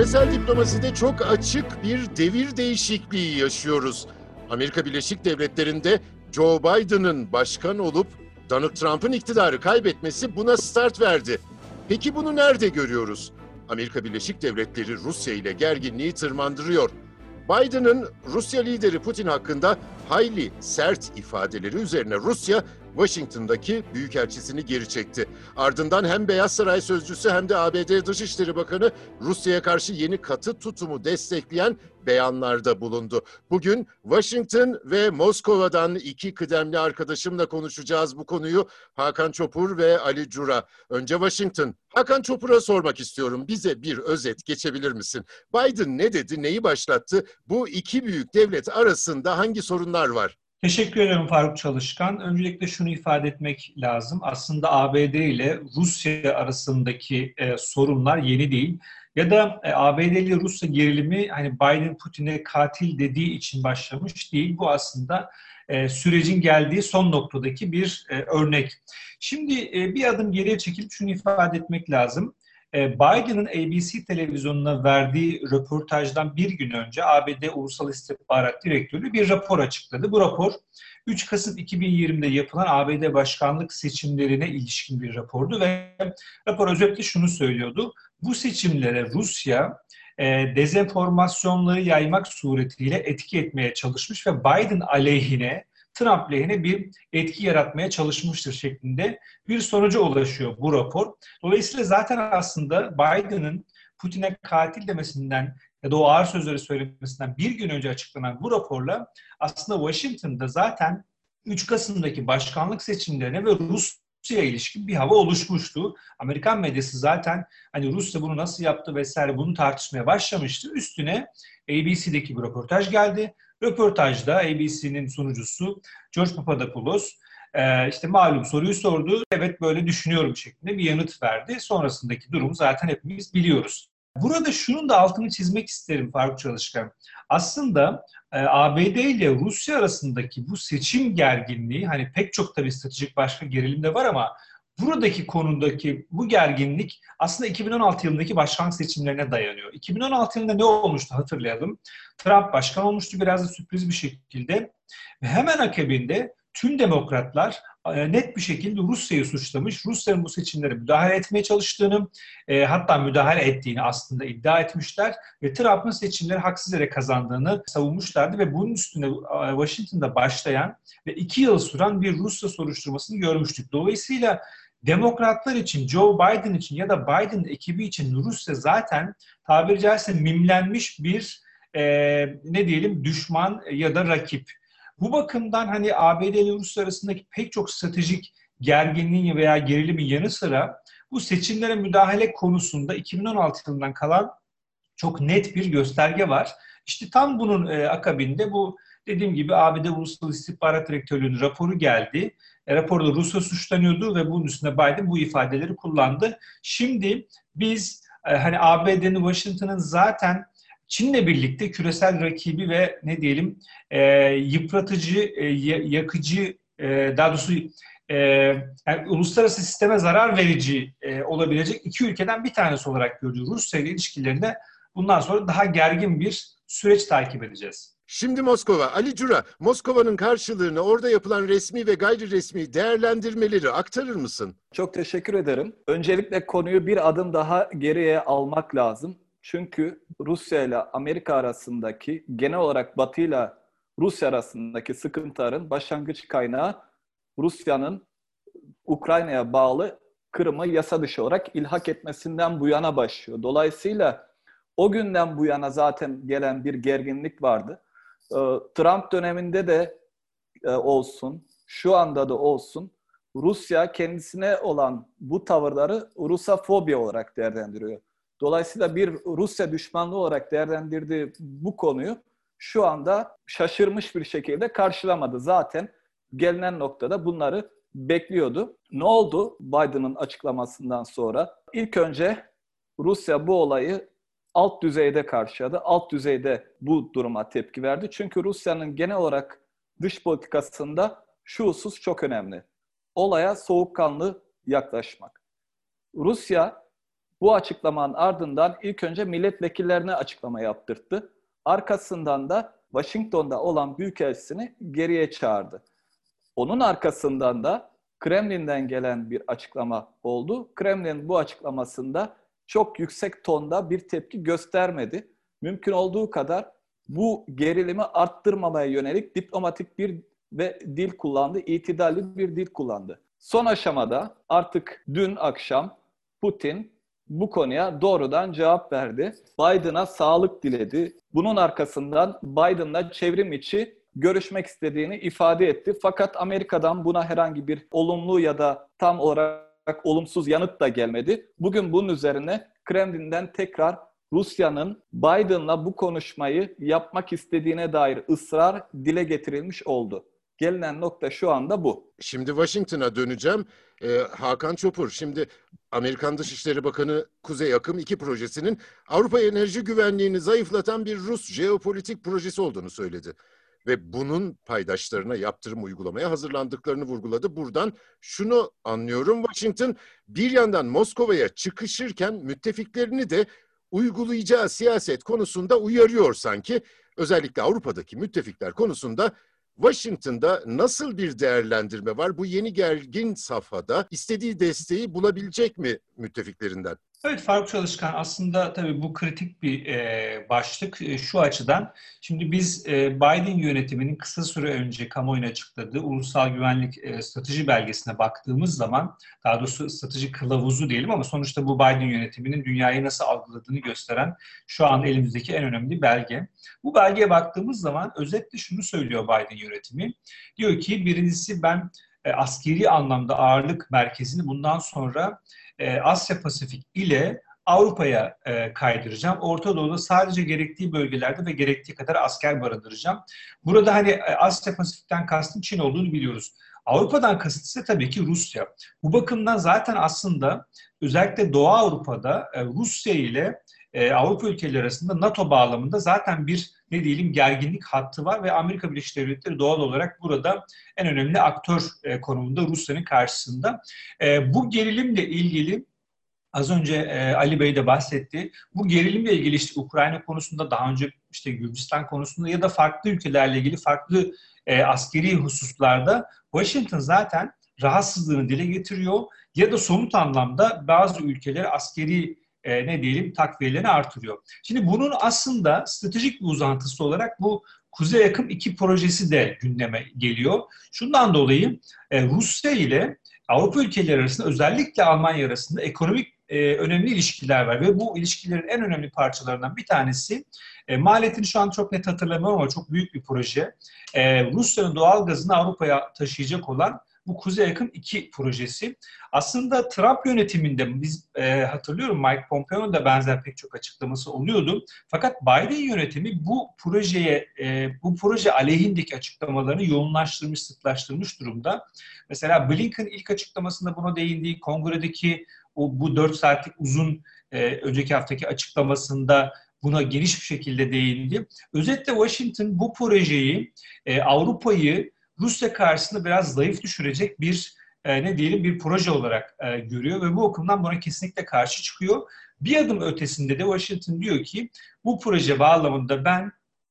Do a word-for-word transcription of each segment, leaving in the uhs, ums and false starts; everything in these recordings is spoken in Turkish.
Küresel diplomaside çok açık bir devir değişikliği yaşıyoruz. Amerika Birleşik Devletleri'nde Joe Biden'ın başkan olup Donald Trump'ın iktidarı kaybetmesi buna start verdi. Peki bunu nerede görüyoruz? Amerika Birleşik Devletleri Rusya ile gerginliği tırmandırıyor. Biden'ın Rusya lideri Putin hakkında hayli sert ifadeleri üzerine Rusya, Washington'daki büyükelçisini geri çekti. Ardından hem Beyaz Saray sözcüsü hem de A B D Dışişleri Bakanı Rusya'ya karşı yeni katı tutumu destekleyen beyanlarda bulundu. Bugün Washington ve Moskova'dan iki kıdemli arkadaşımla konuşacağız bu konuyu. Hakan Çopur ve Ali Cura. Önce Washington. Hakan Çopur'a sormak istiyorum. Bize bir özet geçebilir misin? Biden ne dedi, neyi başlattı? Bu iki büyük devlet arasında hangi sorunlar var? Teşekkür ederim Faruk Çalışkan. Öncelikle şunu ifade etmek lazım. Aslında A B D ile Rusya arasındaki e, sorunlar yeni değil. Ya da e, A B D ile Rusya gerilimi hani Biden Putin'e katil dediği için başlamış değil. Bu aslında e, sürecin geldiği son noktadaki bir e, örnek. Şimdi e, bir adım geriye çekilip şunu ifade etmek lazım. Biden'ın A B C televizyonuna verdiği röportajdan bir gün önce A B D Ulusal İstihbarat Direktörü bir rapor açıkladı. Bu rapor üç Kasım iki bin yirmide yapılan A B D başkanlık seçimlerine ilişkin bir rapordu ve rapor özetle şunu söylüyordu. Bu seçimlere Rusya dezenformasyonları yaymak suretiyle etki etmeye çalışmış ve Biden aleyhine Trump lehine bir etki yaratmaya çalışmıştır şeklinde bir sonuca ulaşıyor bu rapor. Dolayısıyla zaten aslında Biden'ın Putin'e katil demesinden ya da o ağır sözleri söylemesinden bir gün önce açıklanan bu raporla aslında Washington'da zaten üç Kasım'daki başkanlık seçimlerine ve Rusya'ya ilişkin bir hava oluşmuştu. Amerikan medyası zaten hani Rusya bunu nasıl yaptı vesaire bunu tartışmaya başlamıştı. Üstüne A B C'deki bir röportaj geldi. Röportajda A B C'nin sunucusu George Papadopoulos e, işte malum soruyu sordu. Evet böyle düşünüyorum şeklinde bir yanıt verdi. Sonrasındaki durumu zaten hepimiz biliyoruz. Burada şunun da altını çizmek isterim Faruk Çalışkan. Aslında e, A B D ile Rusya arasındaki bu seçim gerginliği hani pek çok tabii stratejik başka gerilim de var ama buradaki konudaki bu gerginlik aslında iki bin on altı yılındaki başkanlık seçimlerine dayanıyor. iki bin on altı yılında ne olmuştu hatırlayalım. Trump başkan olmuştu biraz da sürpriz bir şekilde ve hemen akabinde tüm demokratlar net bir şekilde Rusya'yı suçlamış. Rusya'nın bu seçimlere müdahale etmeye çalıştığını, e, hatta müdahale ettiğini aslında iddia etmişler ve Trump'ın seçimleri haksız yere kazandığını savunmuşlardı ve bunun üstüne Washington'da başlayan ve iki yıl süren bir Rusya soruşturmasını görmüştük. Dolayısıyla Demokratlar için, Joe Biden için ya da Biden ekibi için Rusya zaten tabiri caizse mimlenmiş bir e, ne diyelim düşman ya da rakip. Bu bakımdan hani A B D ile Rusya arasındaki pek çok stratejik gerginliğin veya gerilimin yanı sıra bu seçimlere müdahale konusunda iki bin on altı yılından kalan çok net bir gösterge var. İşte tam bunun e, akabinde bu dediğim gibi A B D Ulusal İstihbarat Direktörlüğü'nün raporu geldi. E, raporda Rusya suçlanıyordu ve bunun üstüne Biden bu ifadeleri kullandı. Şimdi biz e, hani A B D'nin, Washington'ın zaten Çin'le birlikte küresel rakibi ve ne diyelim e, yıpratıcı, e, yakıcı, e, daha doğrusu e, yani uluslararası sisteme zarar verici e, olabilecek iki ülkeden bir tanesi olarak gördüğü Rusya ile ilişkilerinde bundan sonra daha gergin bir süreç takip edeceğiz. Şimdi Moskova. Ali Cura, Moskova'nın karşılığını orada yapılan resmi ve gayri resmi değerlendirmeleri aktarır mısın? Çok teşekkür ederim. Öncelikle konuyu bir adım daha geriye almak lazım. Çünkü Rusya ile Amerika arasındaki, genel olarak Batı ile Rusya arasındaki sıkıntıların başlangıç kaynağı Rusya'nın Ukrayna'ya bağlı Kırım'ı yasa dışı olarak ilhak etmesinden bu yana başlıyor. Dolayısıyla o günden bu yana zaten gelen bir gerginlik vardı. Trump döneminde de olsun, şu anda da olsun, Rusya kendisine olan bu tavırları Rusofobi olarak değerlendiriyor. Dolayısıyla bir Rusya düşmanlığı olarak değerlendirdiği bu konuyu şu anda şaşırmış bir şekilde karşılamadı. Zaten gelinen noktada bunları bekliyordu. Ne oldu Biden'ın açıklamasından sonra? İlk önce Rusya bu olayı alt düzeyde karşıladı. Alt düzeyde bu duruma tepki verdi. Çünkü Rusya'nın genel olarak dış politikasında şu husus çok önemli. Olaya soğukkanlı yaklaşmak. Rusya Bu açıklamanın ardından ilk önce milletvekillerine açıklama yaptırttı. Arkasından da Washington'da olan büyükelçisini geriye çağırdı. Onun arkasından da Kremlin'den gelen bir açıklama oldu. Kremlin bu açıklamasında çok yüksek tonda bir tepki göstermedi. Mümkün olduğu kadar bu gerilimi arttırmamaya yönelik diplomatik bir ve dil kullandı, itidalli bir dil kullandı. Son aşamada artık dün akşam Putin bu konuya doğrudan cevap verdi. Biden'a sağlık diledi. Bunun arkasından Biden'la çevrim içi görüşmek istediğini ifade etti. Fakat Amerika'dan buna herhangi bir olumlu ya da tam olarak olumsuz yanıt da gelmedi. Bugün bunun üzerine Kremlin'den tekrar Rusya'nın Biden'la bu konuşmayı yapmak istediğine dair ısrar dile getirilmiş oldu. Gelinen nokta şu anda bu. Şimdi Washington'a döneceğim. Ee, Hakan Çopur, şimdi Amerikan Dışişleri Bakanı Kuzey Akım iki projesinin Avrupa enerji güvenliğini zayıflatan bir Rus jeopolitik projesi olduğunu söyledi. Ve bunun paydaşlarına yaptırım uygulamaya hazırlandıklarını vurguladı. Buradan şunu anlıyorum: Washington bir yandan Moskova'ya çıkışırken müttefiklerini de uygulayacağı siyaset konusunda uyarıyor sanki. Özellikle Avrupa'daki müttefikler konusunda Washington'da nasıl bir değerlendirme var? Bu yeni gergin safhada istediği desteği bulabilecek mi müttefiklerinden? Evet Faruk Çalışkan, aslında tabii bu kritik bir e, başlık e, şu açıdan. Şimdi biz e, Biden yönetiminin kısa süre önce kamuoyuna açıkladığı ulusal güvenlik e, strateji belgesine baktığımız zaman, daha doğrusu strateji kılavuzu diyelim ama sonuçta bu Biden yönetiminin dünyayı nasıl algıladığını gösteren şu an elimizdeki en önemli belge. Bu belgeye baktığımız zaman özetle şunu söylüyor Biden yönetimi. Diyor ki birincisi, ben e, askeri anlamda ağırlık merkezini bundan sonra Asya Pasifik ile Avrupa'ya kaydıracağım. Orta Doğu'da sadece gerektiği bölgelerde ve gerektiği kadar asker barındıracağım. Burada hani Asya Pasifik'ten kastım Çin olduğunu biliyoruz. Avrupa'dan kasıt ise tabii ki Rusya. Bu bakımdan zaten aslında özellikle Doğu Avrupa'da Rusya ile Avrupa ülkeleri arasında NATO bağlamında zaten bir ne diyelim gerginlik hattı var ve Amerika Birleşik Devletleri doğal olarak burada en önemli aktör konumunda Rusya'nın karşısında. Bu gerilimle ilgili az önce Ali Bey de bahsetti. Bu gerilimle ilgili işte Ukrayna konusunda, daha önce işte Gürcistan konusunda ya da farklı ülkelerle ilgili farklı askeri hususlarda Washington zaten rahatsızlığını dile getiriyor ya da somut anlamda bazı ülkeler askeri E, ne diyelim takviyelerini artırıyor. Şimdi bunun aslında stratejik bir uzantısı olarak bu Kuzey Akım iki projesi de gündeme geliyor. Şundan dolayı e, Rusya ile Avrupa ülkeleri arasında, özellikle Almanya arasında ekonomik e, önemli ilişkiler var ve bu ilişkilerin en önemli parçalarından bir tanesi, e, maliyetini şu an çok net hatırlamıyorum ama çok büyük bir proje. E, Rusya'nın doğal gazını Avrupa'ya taşıyacak olan bu Kuzey Akım iki projesi. Aslında Trump yönetiminde biz e, hatırlıyorum Mike Pompeo'nun da benzer pek çok açıklaması oluyordu. Fakat Biden yönetimi bu projeye, e, bu proje aleyhindeki açıklamalarını yoğunlaştırmış, sıklaştırmış durumda. Mesela Blinken ilk açıklamasında buna değindiği, kongredeki o bu dört saatlik uzun e, önceki haftaki açıklamasında buna geniş bir şekilde değindi. Özetle Washington bu projeyi, e, Avrupa'yı Rusya karşısında biraz zayıf düşürecek bir e, ne diyelim bir proje olarak e, görüyor ve bu bakımdan buna kesinlikle karşı çıkıyor. Bir adım ötesinde de Washington diyor ki bu proje bağlamında ben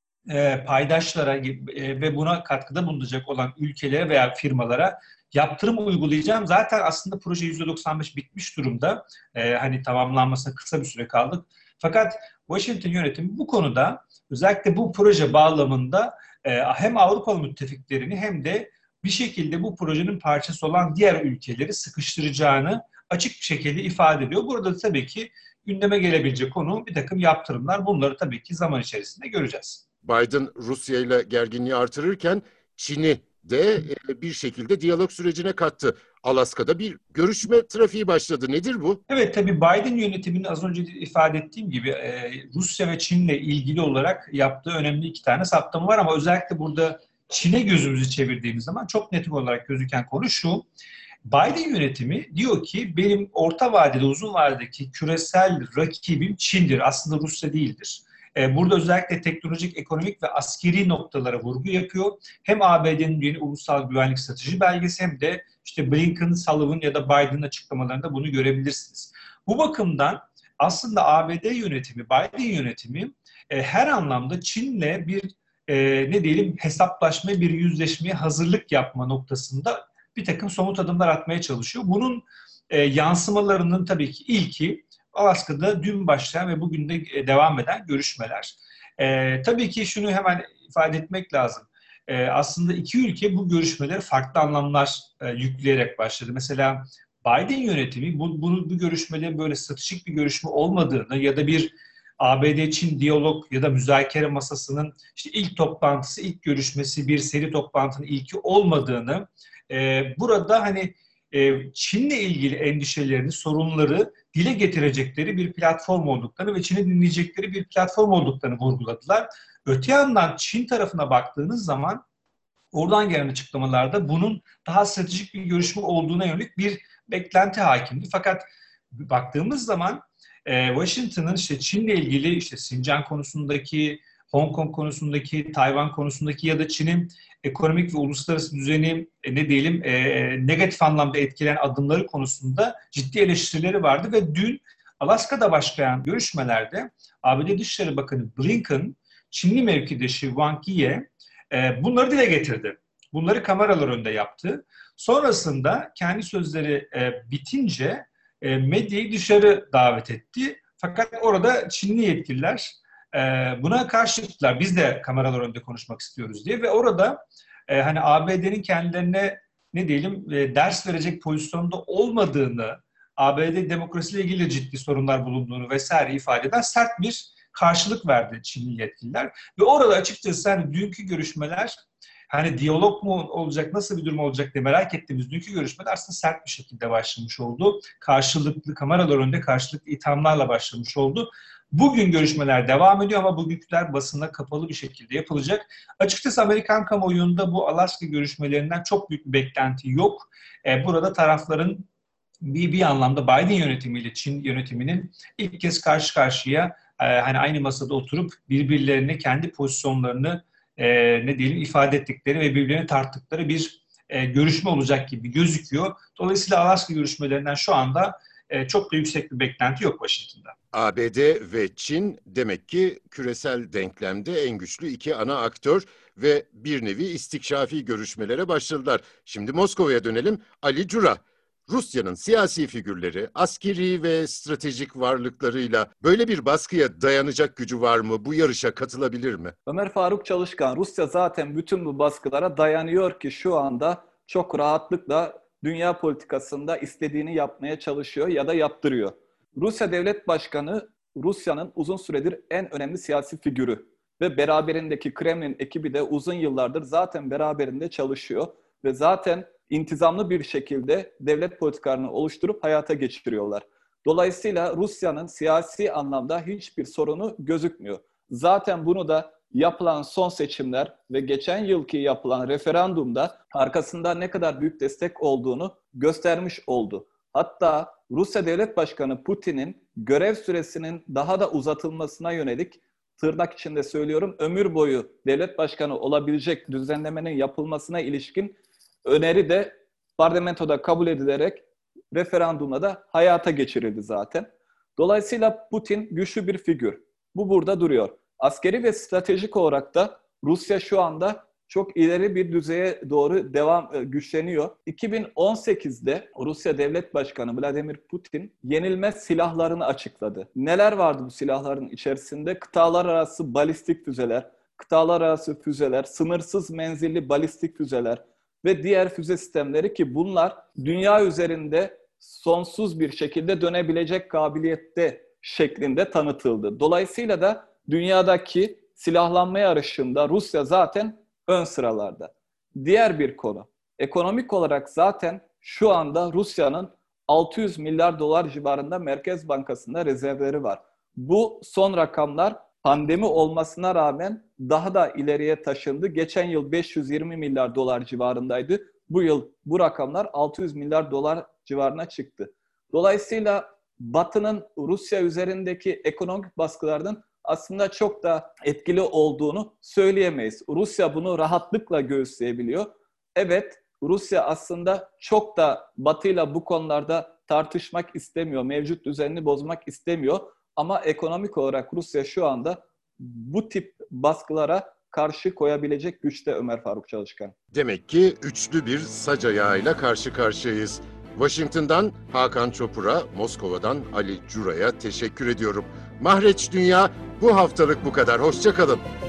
e, paydaşlara e, ve buna katkıda bulunacak olan ülkelere veya firmalara yaptırım uygulayacağım. Zaten aslında proje yüzde doksan beş bitmiş durumda. E, hani tamamlanmasına kısa bir süre kaldık. Fakat Washington yönetimi bu konuda, özellikle bu proje bağlamında hem Avrupalı müttefiklerini hem de bir şekilde bu projenin parçası olan diğer ülkeleri sıkıştıracağını açık bir şekilde ifade ediyor. Burada da tabii ki gündeme gelebilecek konu bir takım yaptırımlar. Bunları tabii ki zaman içerisinde göreceğiz. Biden Rusya ile gerginliği artırırken Çin'i de bir şekilde diyalog sürecine kattı. Alaska'da bir görüşme trafiği başladı. Nedir bu? Evet, tabii Biden yönetiminin az önce ifade ettiğim gibi Rusya ve Çin'le ilgili olarak yaptığı önemli iki tane saptama var ama özellikle burada Çin'e gözümüzü çevirdiğimiz zaman çok net olarak gözüken konu şu: Biden yönetimi diyor ki benim orta vadede, uzun vadedeki küresel rakibim Çin'dir. Aslında Rusya değildir. Burada özellikle teknolojik, ekonomik ve askeri noktalara vurgu yapıyor. Hem A B D'nin yeni ulusal güvenlik strateji belgesi hem de işte Blinken, Sullivan ya da Biden'ın açıklamalarında bunu görebilirsiniz. Bu bakımdan aslında A B D yönetimi, Biden yönetimi e, her anlamda Çin'le bir e, ne diyelim hesaplaşma, bir yüzleşmeye hazırlık yapma noktasında bir takım somut adımlar atmaya çalışıyor. Bunun e, yansımalarının tabii ki ilki Alaska'da dün başlayan ve bugün de devam eden görüşmeler. E, tabii ki şunu hemen ifade etmek lazım. E, aslında iki ülke bu görüşmeleri farklı anlamlar e, yükleyerek başladı. Mesela Biden yönetimi bu, bu, bu görüşmelerin böyle stratejik bir görüşme olmadığını ya da bir A B D-Çin diyalog ya da müzakere masasının işte ilk toplantısı, ilk görüşmesi bir seri toplantının ilki olmadığını, e, burada hani e, Çin'le ilgili endişelerini, sorunları dile getirecekleri bir platform olduklarını ve Çin'i dinleyecekleri bir platform olduklarını vurguladılar. Öte yandan Çin tarafına baktığınız zaman oradan gelen açıklamalarda bunun daha stratejik bir görüşme olduğuna yönelik bir beklenti hakimdi. Fakat baktığımız zaman e, Washington'ın işte Çin'le ilgili işte Sincan konusundaki, Hong Kong konusundaki, Tayvan konusundaki ya da Çin'in ekonomik ve uluslararası düzeni e, ne diyelim e, negatif anlamda etkileyen adımları konusunda ciddi eleştirileri vardı ve dün Alaska'da başlayan görüşmelerde A B D Dışişleri Bakanı Blinken, Çinli mevkidaşı Wang Yi'ye e, bunları dile getirdi. Bunları kameralar önünde yaptı. Sonrasında kendi sözleri e, bitince e, medyayı dışarı davet etti. Fakat orada Çinli yetkililer e, buna karşı çıktılar. Biz de kameralar önünde konuşmak istiyoruz diye ve orada e, hani A B D'nin kendilerine ne diyelim e, ders verecek pozisyonda olmadığını, A B D demokrasiyle ilgili ciddi sorunlar bulunduğunu vesaire ifade eden sert bir karşılık verdi Çinli yetkililer. Ve orada açıkçası hani dünkü görüşmeler hani diyalog mu olacak, nasıl bir durum olacak diye merak ettiğimiz dünkü görüşmeler aslında sert bir şekilde başlamış oldu. Karşılıklı, kameralar önünde karşılıklı ithamlarla başlamış oldu. Bugün görüşmeler devam ediyor ama bugünküler basına kapalı bir şekilde yapılacak. Açıkçası Amerikan kamuoyunda bu Alaska görüşmelerinden çok büyük bir beklenti yok. Ee, burada tarafların bir, bir anlamda Biden yönetimiyle Çin yönetiminin ilk kez karşı karşıya e, hani aynı masada oturup birbirlerine kendi pozisyonlarını e, ne diyelim ifade ettikleri ve birbirlerini tarttıkları bir e, görüşme olacak gibi gözüküyor. Dolayısıyla Alaska görüşmelerinden şu anda e, çok da yüksek bir beklenti yok Washington'da. A B D ve Çin demek ki küresel denklemde en güçlü iki ana aktör ve bir nevi istikşafi görüşmelere başladılar. Şimdi Moskova'ya dönelim. Ali Cura, Rusya'nın siyasi figürleri, askeri ve stratejik varlıklarıyla böyle bir baskıya dayanacak gücü var mı? Bu yarışa katılabilir mi? Ömer Faruk Çalışkan, Rusya zaten bütün bu baskılara dayanıyor ki şu anda çok rahatlıkla dünya politikasında istediğini yapmaya çalışıyor ya da yaptırıyor. Rusya Devlet Başkanı, Rusya'nın uzun süredir en önemli siyasi figürü ve beraberindeki Kremlin ekibi de uzun yıllardır zaten beraberinde çalışıyor ve zaten intizamlı bir şekilde devlet politikalarını oluşturup hayata geçiriyorlar. Dolayısıyla Rusya'nın siyasi anlamda hiçbir sorunu gözükmüyor. Zaten bunu da yapılan son seçimler ve geçen yılki yapılan referandumda arkasında ne kadar büyük destek olduğunu göstermiş oldu. Hatta Rusya Devlet Başkanı Putin'in görev süresinin daha da uzatılmasına yönelik, tırnak içinde söylüyorum, ömür boyu devlet başkanı olabilecek düzenlemenin yapılmasına ilişkin öneri de parlamentoda kabul edilerek referandumla da hayata geçirildi zaten. Dolayısıyla Putin güçlü bir figür. Bu burada duruyor. Askeri ve stratejik olarak da Rusya şu anda çok ileri bir düzeye doğru devam güçleniyor. iki bin on sekizde Rusya Devlet Başkanı Vladimir Putin yenilmez silahlarını açıkladı. Neler vardı bu silahların içerisinde? Kıtalar arası balistik füzeler, kıtalar arası füzeler, sınırsız menzilli balistik füzeler ve diğer füze sistemleri ki bunlar dünya üzerinde sonsuz bir şekilde dönebilecek kabiliyette şeklinde tanıtıldı. Dolayısıyla da dünyadaki silahlanma yarışında Rusya zaten ön sıralarda. Diğer bir konu, ekonomik olarak zaten şu anda Rusya'nın altı yüz milyar dolar civarında Merkez Bankası'nda rezervleri var. Bu son rakamlar pandemi olmasına rağmen daha da ileriye taşındı. Geçen yıl beş yüz yirmi milyar dolar civarındaydı. Bu yıl bu rakamlar altı yüz milyar dolar civarına çıktı. Dolayısıyla Batı'nın Rusya üzerindeki ekonomik baskılarının aslında çok da etkili olduğunu söyleyemeyiz. Rusya bunu rahatlıkla göğüsleyebiliyor. Evet, Rusya aslında çok da Batı'yla bu konularda tartışmak istemiyor, mevcut düzenini bozmak istemiyor. Ama ekonomik olarak Rusya şu anda bu tip baskılara karşı koyabilecek güçte Ömer Faruk Çalışkan. Demek ki üçlü bir sac ayağıyla karşı karşıyayız. Washington'dan Hakan Çopur'a, Moskova'dan Ali Cura'ya teşekkür ediyorum. Mahreç Dünya bu haftalık bu kadar. Hoşça kalın.